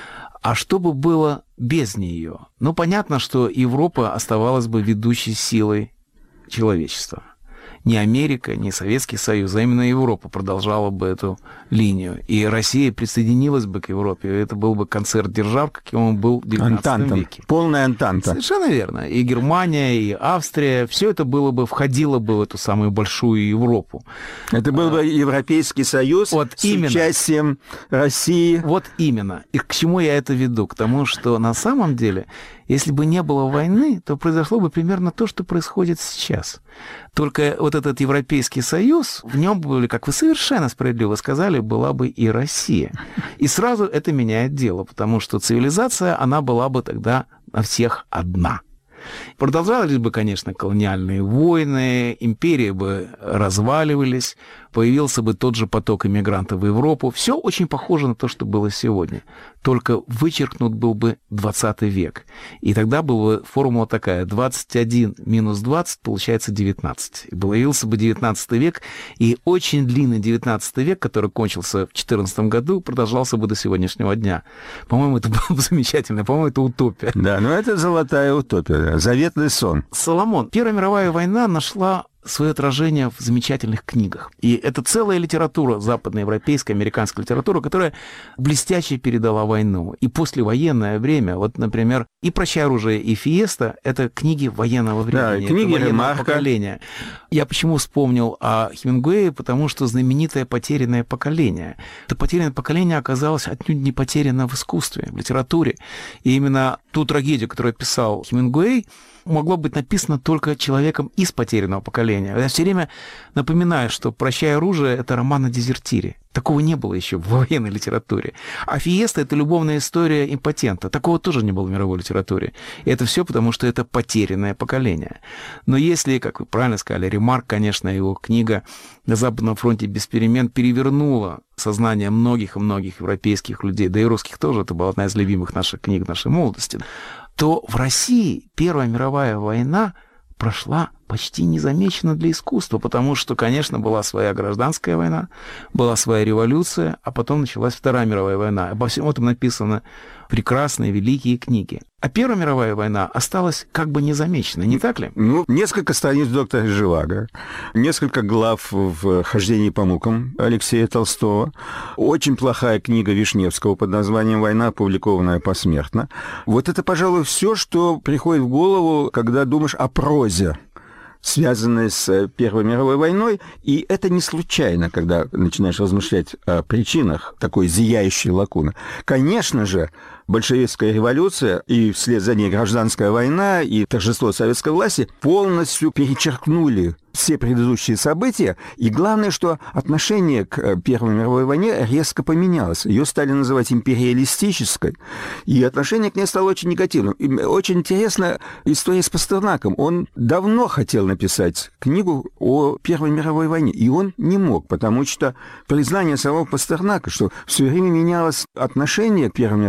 А что бы было без нее? Ну, понятно, что Европа оставалась бы ведущей силой человечества. Ни Америка, ни Советский Союз, а именно Европа продолжала бы эту линию. И Россия присоединилась бы к Европе. Это был бы концерт держав, каким он был в девятнадцатом веке. Полная антанта. Совершенно верно. И Германия, и Австрия, все это было бы, входило бы в эту самую большую Европу. Это был бы Европейский Союз вот с именно. участием России. Вот именно. И к чему я это веду? К тому, что на самом деле, если бы не было войны, то произошло бы примерно то, что происходит сейчас. Только вот этот Европейский Союз, в нем были, как вы совершенно справедливо сказали, была бы и Россия. И сразу это меняет дело, потому что цивилизация, она была бы тогда на всех одна. Продолжались бы, конечно, колониальные войны, империи бы разваливались, появился бы тот же поток иммигрантов в Европу. Все очень похоже на то, что было сегодня. Только вычеркнут был бы двадцатый век. И тогда была формула такая: двадцать один минус двадцать получается девятнадцать. И появился бы девятнадцатый век, и очень длинный девятнадцатый век, который кончился в четырнадцатом году, продолжался бы до сегодняшнего дня. По-моему, это было бы замечательно. По-моему, это утопия. Да, но это золотая утопия, заветный сон. Соломон, Первая мировая война нашла свое отражение в замечательных книгах. И это целая литература, западноевропейская, американская литература, которая блестяще передала войну. И послевоенное время, вот, например, и «Прощай, оружие», и «Фиеста» — это книги военного времени, да, книги военного Ремарка. поколения. Я почему вспомнил о Хемингуэе? Потому что знаменитое «Потерянное поколение». Это потерянное поколение оказалось отнюдь не потеряно в искусстве, в литературе. И именно ту трагедию, которую писал Хемингуэй, могло быть написано только человеком из потерянного поколения. Я все время напоминаю, что «Прощай, оружие» — это роман о дезертире. Такого не было еще в военной литературе. А «Фиеста» — это любовная история импотента. Такого тоже не было в мировой литературе. И это все потому, что это потерянное поколение. Но если, как вы правильно сказали, Ремарк, конечно, его книга «На Западном фронте без перемен» перевернула сознание многих и многих европейских людей, да и русских тоже, это была одна из любимых наших книг нашей молодости, то в России Первая мировая война прошла почти незамеченно для искусства, потому что, конечно, была своя гражданская война, была своя революция, а потом началась Вторая мировая война. Обо всем этом написаны прекрасные, великие книги. А Первая мировая война осталась как бы незамеченной, не так ли? Ну, несколько страниц доктора Живаго, несколько глав в «Хождении по мукам» Алексея Толстого, очень плохая книга Вишневского под названием «Война», опубликованная посмертно. Вот это, пожалуй, все, что приходит в голову, когда думаешь о прозе, связанные с Первой мировой войной, и это не случайно, когда начинаешь размышлять о причинах такой зияющей лакуны. Конечно же, большевистская революция и вслед за ней гражданская война и торжество советской власти полностью перечеркнули все предыдущие события, и главное, что отношение к Первой мировой войне резко поменялось. Ее стали называть империалистической, и отношение к ней стало очень негативным. И очень интересна история с Пастернаком. Он давно хотел написать книгу о Первой мировой войне, и он не мог, потому что признание самого Пастернака, что все время менялось отношение к Первой мировой войне,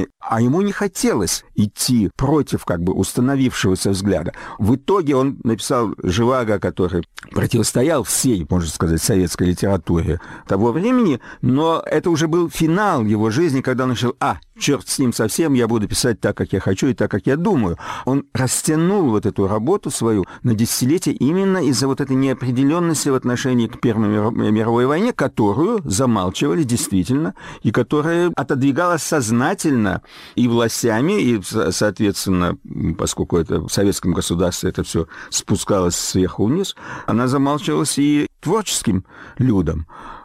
войне, а ему не хотелось идти против как бы установившегося взгляда. В итоге он написал «Живаго», который противостоял всей, можно сказать, советской литературе того времени, но это уже был финал его жизни, когда он решил, а, черт с ним совсем, я буду писать так, как я хочу и так, как я думаю. Он растянул вот эту работу свою на десятилетия именно из-за вот этой неопределенности в отношении к Первой мировой войне, которую замалчивали действительно, и которая отодвигалась сознательно и властями, и, соответственно, поскольку это в советском государстве это все спускалось сверху вниз, она замалчивалась и творческим людям.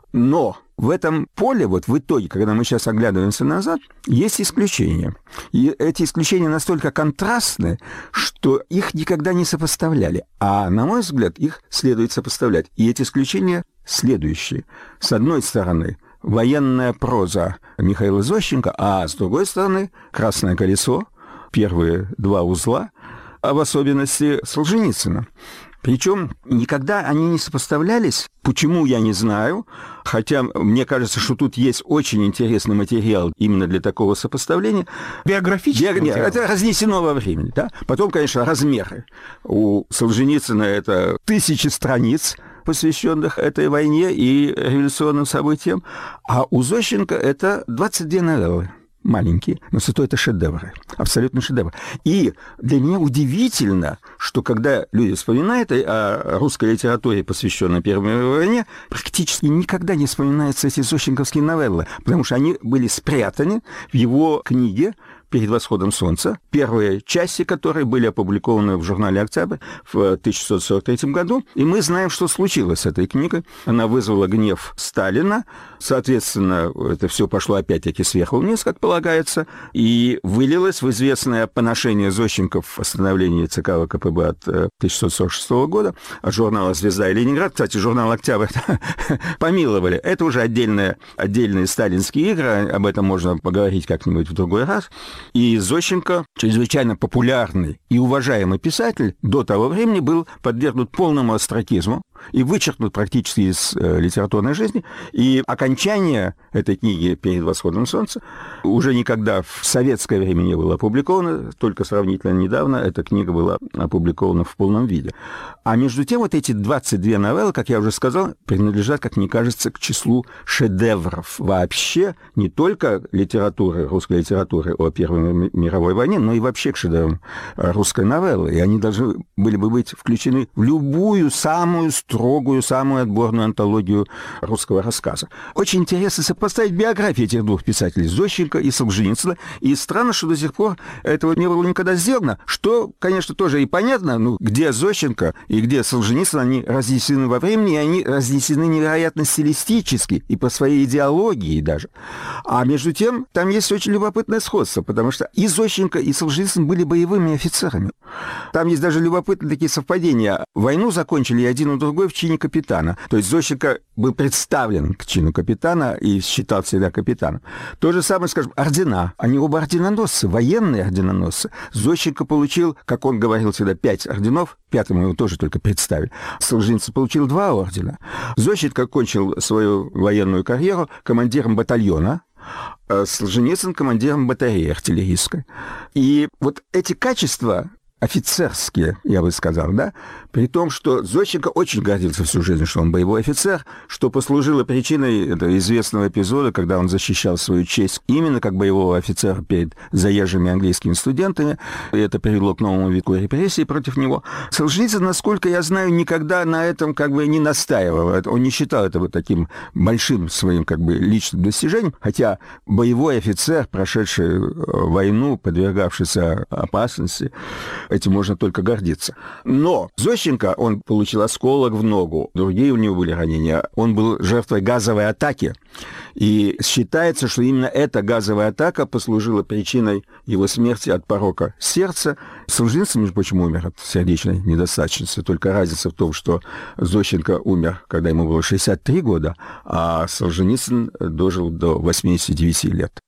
Но в этом поле, вот в итоге, когда мы сейчас оглядываемся назад, есть исключения. И эти исключения настолько контрастны, что их никогда не сопоставляли. А, на мой взгляд, их следует сопоставлять. И эти исключения следующие. С одной стороны, военная проза Михаила Зощенко, а с другой стороны, «Красное колесо», первые два узла, а в особенности Солженицына. Причем никогда они не сопоставлялись. Почему, я не знаю. Хотя мне кажется, что тут есть очень интересный материал именно для такого сопоставления. Биографический Биог... материал. Это разнесено во времени. Да? Потом, конечно, размеры. У Солженицына это тысячи страниц, посвященных этой войне и революционным событиям. А у Зощенко это двадцать две новеллы. Маленькие, но зато это шедевры, абсолютно шедевры. И для меня удивительно, что когда люди вспоминают о русской литературе, посвященной Первой мировой войне, практически никогда не вспоминаются эти зощенковские новеллы, потому что они были спрятаны в его книге «Перед восходом солнца», первые части которой были опубликованы в журнале «Октябрь» в тысяча девятьсот сорок третьем году. И мы знаем, что случилось с этой книгой. Она вызвала гнев Сталина. Соответственно, это все пошло опять-таки сверху вниз, как полагается, и вылилось в известное поношение Зощенко в постановлении ЦК ВКПБ от тысяча девятьсот сорок шестого года, от журнала «Звезда» и «Ленинград». Кстати, журнал «Октябрь» помиловали. Это уже отдельные, отдельные сталинские игры, об этом можно поговорить как-нибудь в другой раз. И Зощенко, чрезвычайно популярный и уважаемый писатель, до того времени был подвергнут полному остракизму и вычеркнут практически из э, литературной жизни. И окончание этой книги «Перед восходом солнца» уже никогда в советское время не было опубликовано, только сравнительно недавно эта книга была опубликована в полном виде. А между тем вот эти двадцать две новеллы, как я уже сказал, принадлежат, как мне кажется, к числу шедевров вообще не только литературы, русской литературы о Первой мировой войне, но и вообще к шедеврам русской новеллы. И они должны были бы быть включены в любую самую строгую, самую отборную антологию русского рассказа. Очень интересно сопоставить биографии этих двух писателей, Зощенко и Солженицына. И странно, что до сих пор этого не было никогда сделано, что, конечно, тоже и понятно, ну, где Зощенко и где Солженицын, они разнесены во времени, и они разнесены невероятно стилистически и по своей идеологии даже. А между тем, там есть очень любопытное сходство, потому что и Зощенко, и Солженицын были боевыми офицерами. Там есть даже любопытные такие совпадения. Войну закончили и один и другой в чине капитана. То есть Зощенко был представлен к чину капитана и считал себя капитаном. То же самое, скажем, ордена. Они оба орденоносцы, военные орденоносцы. Зощенко получил, как он говорил всегда, пять орденов, пятому его тоже только представили. Солженицын получил два ордена. Зощенко кончил свою военную карьеру командиром батальона, Солженицын командиром батареи артиллерийской. И вот эти качества офицерские, я бы сказал, да, при том, что Зощенко очень гордился всю жизнь, что он боевой офицер, что послужило причиной этого известного эпизода, когда он защищал свою честь именно как боевого офицера перед заезжими английскими студентами, и это привело к новому витку репрессий против него. Солженицын, насколько я знаю, никогда на этом как бы не настаивал, он не считал этого таким большим своим как бы личным достижением, хотя боевой офицер, прошедший войну, подвергавшийся опасности, этим можно только гордиться. Но Зощенко, он получил осколок в ногу, другие у него были ранения. Он был жертвой газовой атаки. И считается, что именно эта газовая атака послужила причиной его смерти от порока сердца. Солженицын, между прочим, умер от сердечной недостаточности. Только разница в том, что Зощенко умер, когда ему было шестьдесят три года, а Солженицын дожил до восьмидесяти девяти лет.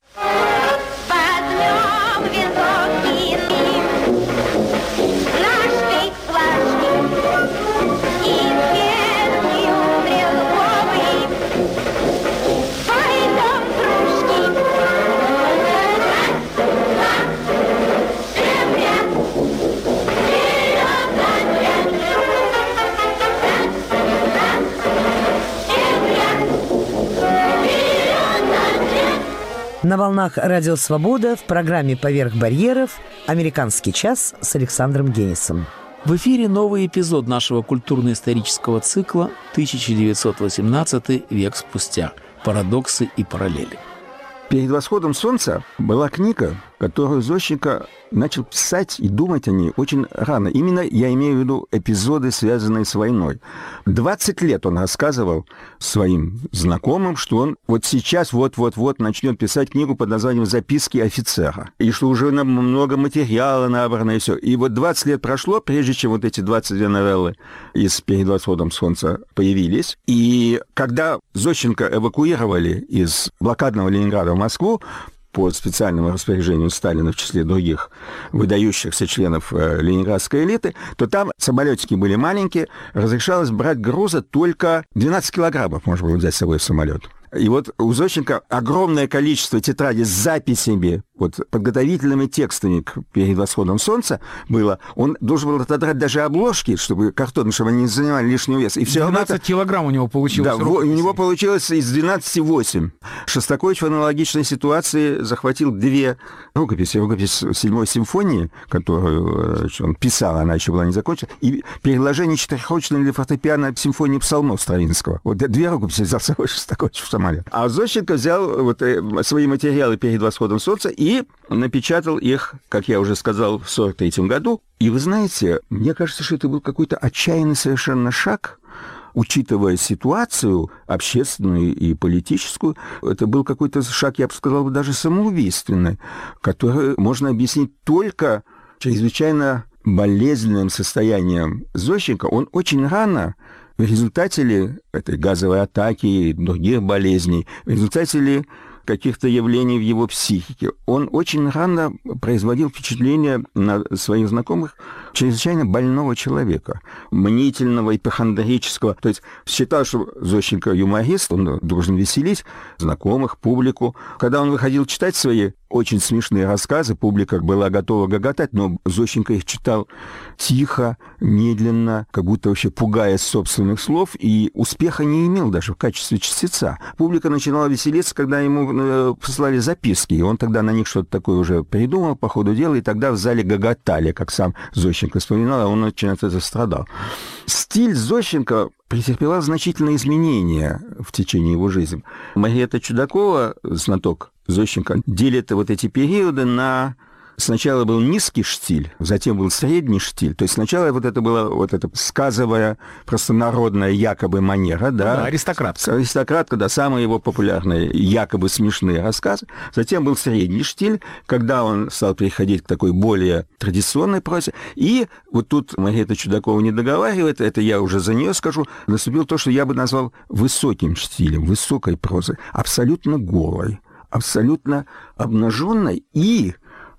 На волнах Радио Свобода в программе «Поверх барьеров» «Американский час» с Александром Генисом. В эфире новый эпизод нашего культурно-исторического цикла тысяча девятьсот восемнадцатый век спустя. Парадоксы и параллели. «Перед восходом солнца» была книга, которую Зощенко начал писать и думать о ней очень рано. Именно я имею в виду эпизоды, связанные с войной. двадцать лет он рассказывал своим знакомым, что он вот сейчас вот-вот-вот начнет писать книгу под названием «Записки офицера». И что уже много материала набрано и все. И вот двадцать лет прошло, прежде чем вот эти двадцать две новеллы из «Перед восходом солнца» появились. И когда Зощенко эвакуировали из блокадного Ленинграда в Москву, по специальному распоряжению Сталина, в числе других выдающихся членов э, ленинградской элиты, то там самолетики были маленькие, разрешалось брать груза только двенадцать килограммов можно было взять с собой в самолет. И вот у Зощенко огромное количество тетрадей с записями, вот, подготовительными текстами к «Перед восходом солнца» было. Он должен был отодрать даже обложки, чтобы картон, чтобы они не занимали лишний вес. И все двенадцать равно килограмм у него получилось. Да, у него получилось из двенадцати восемь. Шостакович в аналогичной ситуации захватил две рукописи. Рукопись седьмой симфонии, которую он писал, она еще была не закончена, и переложение четырехручной для фортепиано симфонии псалмов Стравинского. Вот две рукописи взял с собой Шостакович в самолет. А Зощенко взял вот свои материалы «Перед восходом солнца» и напечатал их, как я уже сказал, в сорок третьем году. И вы знаете, мне кажется, что это был какой-то отчаянный совершенно шаг, учитывая ситуацию общественную и политическую. Это был какой-то шаг, я бы сказал, даже самоубийственный, который можно объяснить только чрезвычайно болезненным состоянием Зощенко. Он очень рано, в результате ли этой газовой атаки и других болезней, в результате ли каких-то явлений в его психике, он очень рано производил впечатление на своих знакомых чрезвычайно больного человека, мнительного, ипохондрического. То есть считал, что Зощенко юморист, он должен веселить знакомых, публику. Когда он выходил читать свои очень смешные рассказы, публика была готова гоготать, но Зощенко их читал тихо, медленно, как будто вообще пугаясь собственных слов, и успеха не имел даже в качестве чтеца. Публика начинала веселиться, когда ему послали записки, и он тогда на них что-то такое уже придумал по ходу дела, и тогда в зале гоготали, как сам Зощенко вспоминал, а он очень от этого страдал. Стиль Зощенко претерпела значительные изменения в течение его жизни. Маргарита Чудакова, знаток Зощенко, делит вот эти периоды на... Сначала был низкий штиль, затем был средний штиль. То есть сначала вот это была вот эта сказовая, простонародная якобы манера, да. Да, аристократка. Аристократка, да, самые его популярные якобы смешные рассказы. Затем был средний штиль, когда он стал переходить к такой более традиционной прозе. И вот тут Маргарита Чудакова не договаривает, это я уже за нее скажу, наступил то, что я бы назвал высоким штилем, высокой прозой, абсолютно голой, абсолютно обнаженной и...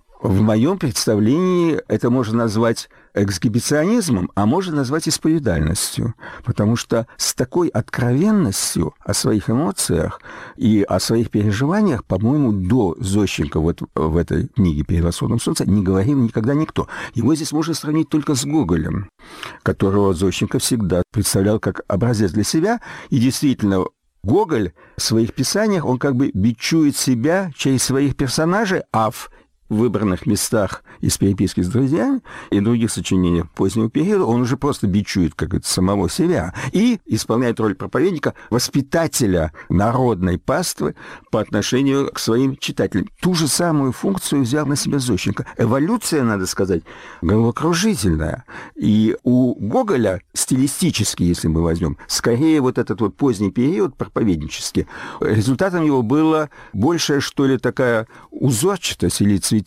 В моем представлении это можно назвать эксгибиционизмом, а можно назвать исповедальностью, потому что с такой откровенностью о своих эмоциях и о своих переживаниях, по-моему, до Зощенко вот в этой книге «Перед восходом солнца» не говорил никогда никто. Его здесь можно сравнить только с Гоголем, которого Зощенко всегда представлял как образец для себя, и действительно Гоголь в своих писаниях, он как бы бичует себя через своих персонажей, а в выбранных местах из переписки с друзьями и других сочинениях позднего периода он уже просто бичует как это, самого себя и исполняет роль проповедника, воспитателя народной паствы по отношению к своим читателям. Ту же самую функцию взял на себя Зощенко. Эволюция, надо сказать, головокружительная. И у Гоголя стилистически, если мы возьмем, скорее вот этот вот поздний период проповеднический, результатом его было большая, что ли, такая узорчатость или цветение,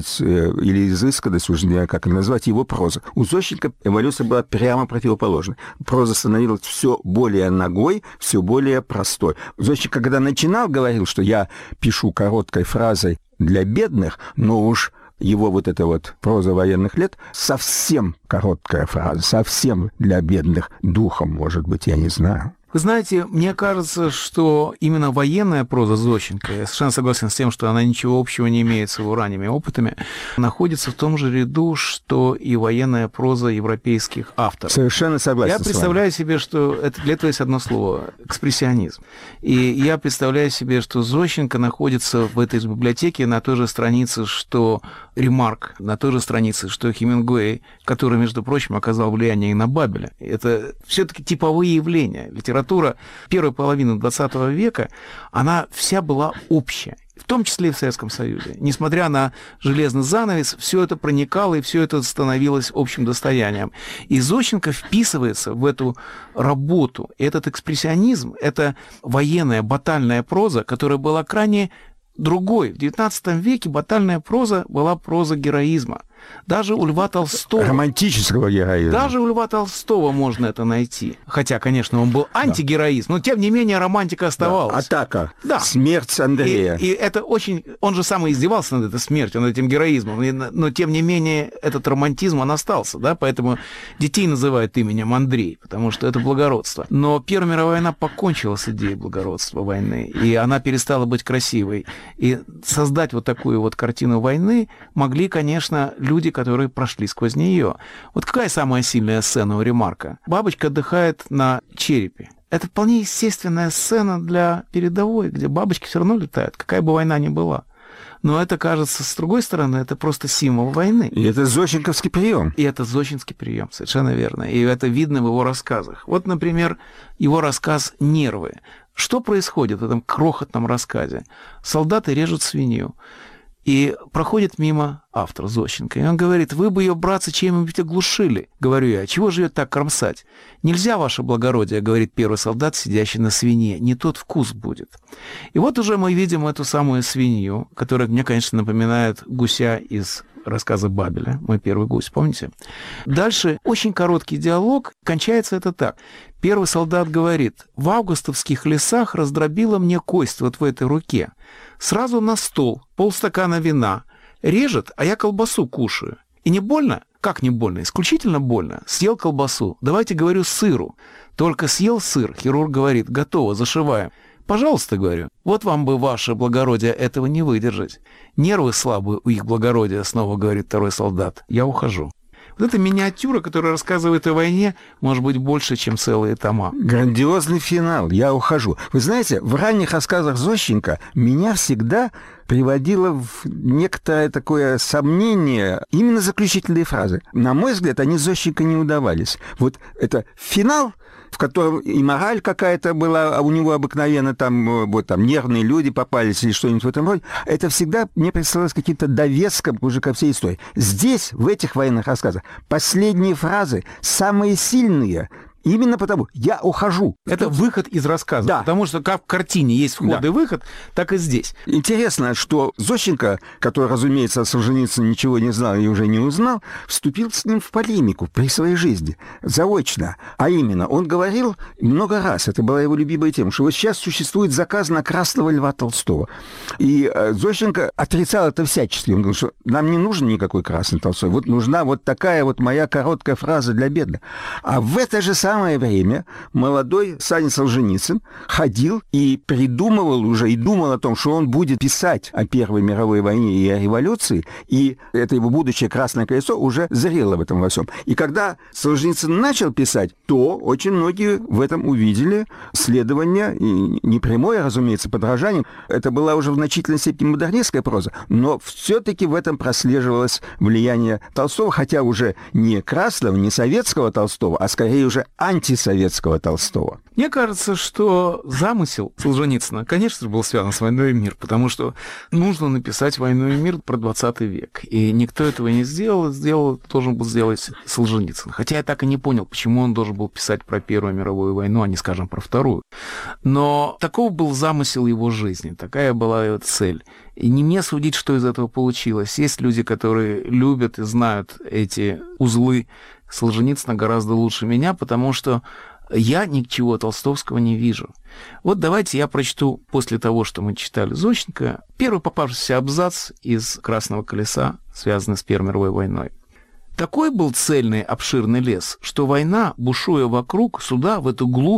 или изысканность, уже не знаю, как назвать, его проза. У Зощенко эволюция была прямо противоположной. Проза становилась все более нагой, все более простой. Зощенко, когда начинал, говорил, что я пишу короткой фразой для бедных, но уж его вот эта вот проза военных лет совсем короткая фраза, совсем для бедных, духом, может быть, я не знаю. Вы знаете, мне кажется, что именно военная проза Зощенко, я совершенно согласен с тем, что она ничего общего не имеет с его ранними опытами, находится в том же ряду, что и военная проза европейских авторов. Совершенно согласен. Я представляю себе, что это, для этого есть одно слово – экспрессионизм. И я представляю себе, что Зощенко находится в этой библиотеке на той же странице, что Ремарк, на той же странице, что Хемингуэй, который, между прочим, оказал влияние и на Бабеля. Это все-таки типовые явления. Литература первой половины двадцатого века, она вся была общая, в том числе и в Советском Союзе. Несмотря на железный занавес, все это проникало, и все это становилось общим достоянием. И Зощенко вписывается в эту работу. Этот экспрессионизм, это военная, батальная проза, которая была крайне другой. В девятнадцатом веке батальная проза была проза героизма. Даже у Льва Толстого... Романтического героизма. Даже у Льва Толстого можно это найти. Хотя, конечно, он был антигероизм, но, тем не менее, романтика оставалась. Да. Атака. Да. Смерть Андрея. И, и это очень... Он же сам и издевался над этой смертью, над этим героизмом. И, но, тем не менее, этот романтизм, он остался. Да? Поэтому детей называют именем Андрей, потому что это благородство. Но Первая мировая война покончила с идеей благородства войны, и она перестала быть красивой. И создать вот такую вот картину войны могли, конечно, люди, люди, которые прошли сквозь нее. Вот какая самая сильная сцена у Ремарка? Бабочка отдыхает на черепе. Это вполне естественная сцена для передовой, где бабочки все равно летают, какая бы война ни была. Но это, кажется, с другой стороны, это просто символ войны. И это зощенковский прием. И это зощенский прием, совершенно верно. И это видно в его рассказах. Вот, например, его рассказ «Нервы». Что происходит в этом крохотном рассказе? Солдаты режут свинью. И проходит мимо автор Зощенко. И он говорит: вы бы ее, братцы, чем-нибудь оглушили. Говорю я: чего же ее так кромсать? Нельзя, ваше благородие, говорит первый солдат, сидящий на свинье. Не тот вкус будет. И вот уже мы видим эту самую свинью, которая мне, конечно, напоминает гуся из рассказа Бабеля. Мой первый гусь, помните? Дальше очень короткий диалог. Кончается это так. Первый солдат говорит: в августовских лесах раздробила мне кость вот в этой руке. Сразу на стол, полстакана вина. Режет, а я колбасу кушаю. И не больно? Как не больно? Исключительно больно. Съел колбасу. Давайте, говорю, сыру. Только съел сыр. Хирург говорит: готово, зашиваем. Пожалуйста, говорю, вот вам бы, ваше благородие, этого не выдержать. Нервы слабые у их благородия, снова говорит второй солдат. Я ухожу. Вот эта миниатюра, которая рассказывает о войне, может быть больше, чем целые тома. Грандиозный финал. Я ухожу. Вы знаете, в ранних рассказах Зощенко меня всегда приводило в некоторое такое сомнение именно заключительные фразы. На мой взгляд, они Зощенко не удавались. Вот это финал, в котором и мораль какая-то была, а у него обыкновенно там, вот, там нервные люди попались или что-нибудь в этом роде, это всегда мне представлялось каким-то довеском уже ко всей истории. Здесь, в этих военных рассказах, последние фразы самые сильные. Именно потому «я ухожу». Это выход из рассказа. Да. Потому что как в картине есть вход да. и выход, так и здесь. Интересно, что Зощенко, который, разумеется, о Солженицыне ничего не знал и уже не узнал, вступил с ним в полемику при своей жизни, заочно. А именно, он говорил много раз, это была его любимая тема, что вот сейчас существует заказ на красного Льва Толстого. И Зощенко отрицал это всячески. Он говорил, что нам не нужен никакой красный Толстой, вот нужна вот такая вот моя короткая фраза для бедных. А в это же самое В самое время молодой Саня Солженицын ходил и придумывал уже, и думал о том, что он будет писать о Первой мировой войне и о революции, и это его будущее «Красное колесо» уже зрело в этом во всем. И когда Солженицын начал писать, то очень многие в этом увидели следование, и не прямое, разумеется, подражание. Это была уже в значительной степени модернистская проза, но все-таки в этом прослеживалось влияние Толстого, хотя уже не красного, не советского Толстого, а скорее уже антисоветского Толстого. Мне кажется, что замысел Солженицына, конечно же, был связан с «Войной и мир», потому что нужно написать «Войну и мир» про двадцатый век. И никто этого не сделал, сделал, должен был сделать Солженицын. Хотя я так и не понял, почему он должен был писать про Первую мировую войну, а не, скажем, про Вторую. Но таков был замысел его жизни, такая была его цель. И не мне судить, что из этого получилось. Есть люди, которые любят и знают эти узлы Солженицына гораздо лучше меня, потому что я ничего толстовского не вижу. Вот давайте я прочту после того, что мы читали Зощенко, первый попавшийся абзац из «Красного колеса», связанный с Первой мировой войной. Такой был цельный обширный лес, что война, бушуя вокруг, сюда, в эту глубь,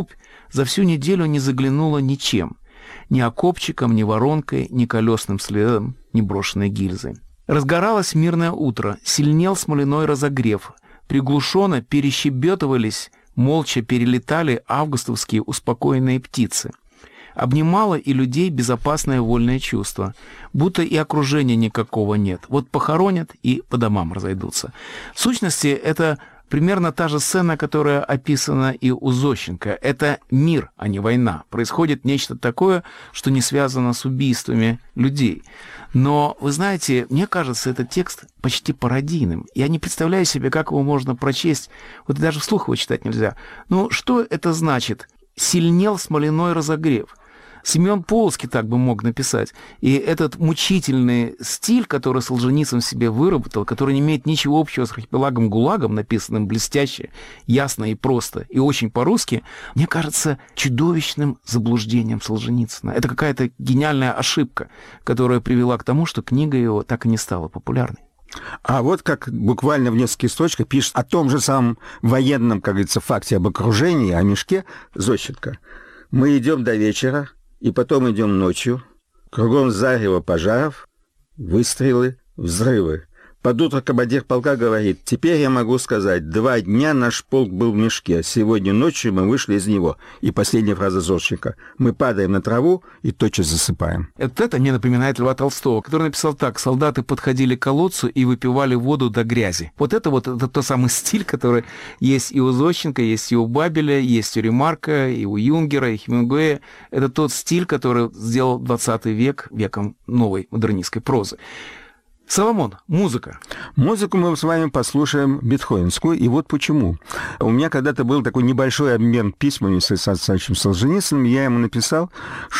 за всю неделю не заглянула ничем. Ни окопчиком, ни воронкой, ни колесным следом, ни брошенной гильзой. Разгоралось мирное утро, сильнел смоляной разогрев. Приглушенно перещебетывались, молча перелетали августовские успокоенные птицы. Обнимало и людей безопасное вольное чувство, будто и окружения никакого нет. Вот похоронят и по домам разойдутся. В сущности, это примерно та же сцена, которая описана и у Зощенко. Это мир, а не война. Происходит нечто такое, что не связано с убийствами людей. Но, вы знаете, мне кажется, этот текст почти пародийным. Я не представляю себе, как его можно прочесть. Вот даже вслух его читать нельзя. Ну, что это значит? «Сильнел смоляной разогрев». Семен Полоцкий так бы мог написать. И этот мучительный стиль, который Солженицын в себе выработал, который не имеет ничего общего с архипелагом ГУЛАГом, написанным блестяще, ясно и просто, и очень по-русски, мне кажется чудовищным заблуждением Солженицына. Это какая-то гениальная ошибка, которая привела к тому, что книга его так и не стала популярной. А вот как буквально в нескольких строчках пишет о том же самом военном, как говорится, факте об окружении, о мешке Зощенко. «Мы идем до вечера, и потом идем ночью. Кругом зарево пожаров, выстрелы, взрывы. Под утро командир полка говорит: теперь я могу сказать, два дня наш полк был в мешке, сегодня ночью мы вышли из него». И последняя фраза Зощенко: «Мы падаем на траву и тотчас засыпаем». Это, это мне напоминает Льва Толстого, который написал так: «Солдаты подходили к колодцу и выпивали воду до грязи». Вот это вот это тот самый стиль, который есть и у Зощенко, есть и у Бабеля, есть у Ремарка, и у Юнгера, и Хемингуэя. Это тот стиль, который сделал двадцатый век веком новой модернистской прозы. Соломон, музыка. Музыку мы с вами послушаем бетховенскую, и вот почему. У меня когда-то был такой небольшой обмен письмами с Александром Александровичем Солженицыным. Я ему написал,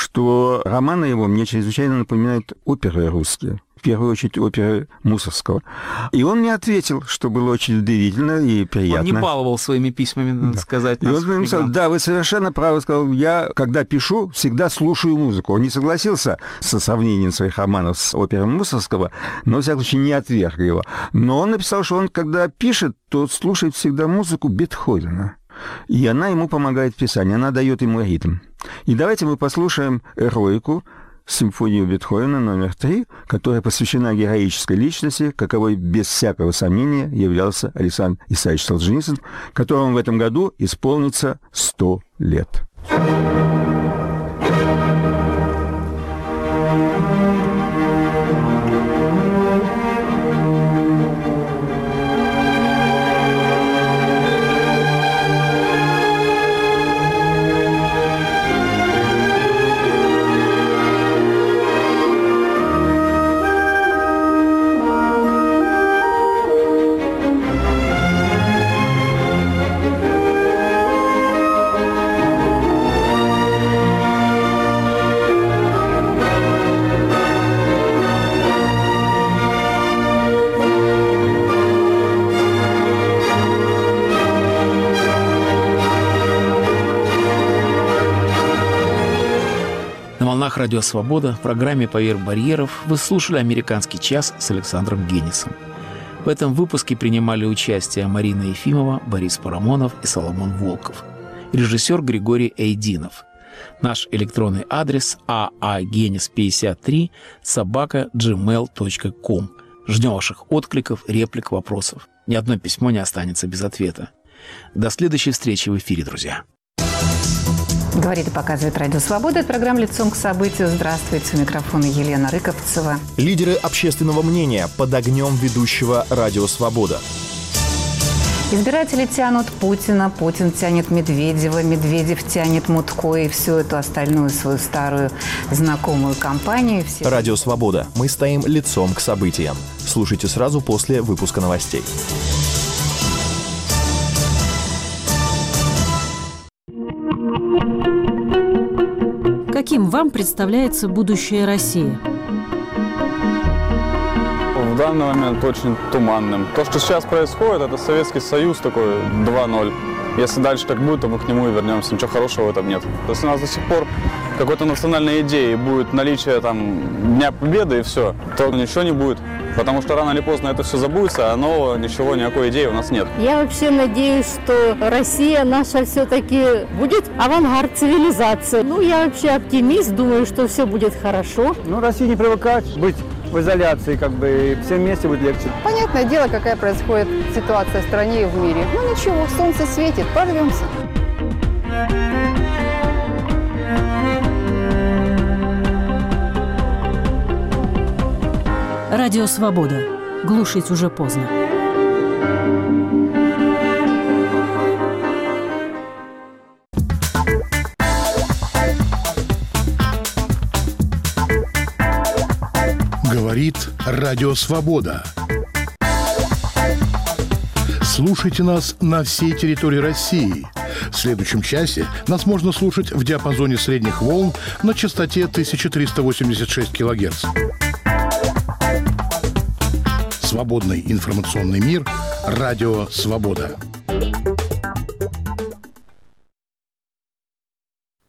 что романы его мне чрезвычайно напоминают оперы русские. В первую очередь оперы Мусорского. И он мне ответил, что было очень удивительно и приятно. Он не баловал своими письмами, надо да. сказать. И он мне написал: да, вы совершенно правы. Сказал: я, когда пишу, всегда слушаю музыку. Он не согласился со сравнением своих романов с оперой Мусорского, но, во всяком случае, не отверг его. Но он написал, что он, когда пишет, то слушает всегда музыку Бетховена. И она ему помогает в писании, она дает ему ритм. И давайте мы послушаем «Эроику», симфонию Бетховена номер три, которая посвящена героической личности, каковой без всякого сомнения являлся Александр Исаевич Солженицын, которому в этом году исполнится сто лет. Радио «Свобода» в программе «Поверх барьеров» вы слушали «Американский час» с Александром Генисом. В этом выпуске принимали участие Марина Ефимова, Борис Парамонов и Соломон Волков. Режиссер Григорий Эйдинов. Наш электронный адрес а а генис пятьдесят три собака джи мейл точка ком. Ждем ваших откликов, реплик, вопросов. Ни одно письмо не останется без ответа. До следующей встречи в эфире, друзья. Говорит и показывает Радио Свобода. Это программа «Лицом к событию». Здравствуйте. У микрофона Елена Рыковцева. Лидеры общественного мнения под огнем ведущего Радио Свобода. Избиратели тянут Путина, Путин тянет Медведева, Медведев тянет Мутко и всю эту остальную свою старую знакомую компанию. Все... Радио Свобода. Мы стоим лицом к событиям. Слушайте сразу после выпуска новостей. Каким вам представляется будущее России? В данный момент очень туманным. То, что сейчас происходит, это Советский Союз такой два ноль. Если дальше так будет, то мы к нему и вернемся. Ничего хорошего в этом нет. Если у нас до сих пор какой-то национальной идеи будет наличие там Дня Победы и все, то ничего не будет. Потому что рано или поздно это все забудется, а нового ничего, никакой идеи у нас нет. Я вообще надеюсь, что Россия наша все-таки будет авангард цивилизации. Ну, я вообще оптимист, думаю, что все будет хорошо. Ну, России не привыкать быть в изоляции, как бы, и всем вместе будет легче. Понятное дело, какая происходит ситуация в стране и в мире. Ну, ничего, солнце светит, прорвемся. Радио «Свобода». Глушить уже поздно. Говорит Радио «Свобода». Слушайте нас на всей территории России. В следующем часе нас можно слушать в диапазоне средних волн на частоте тысяча триста восемьдесят шесть килогерц. Свободный информационный мир. Радио «Свобода».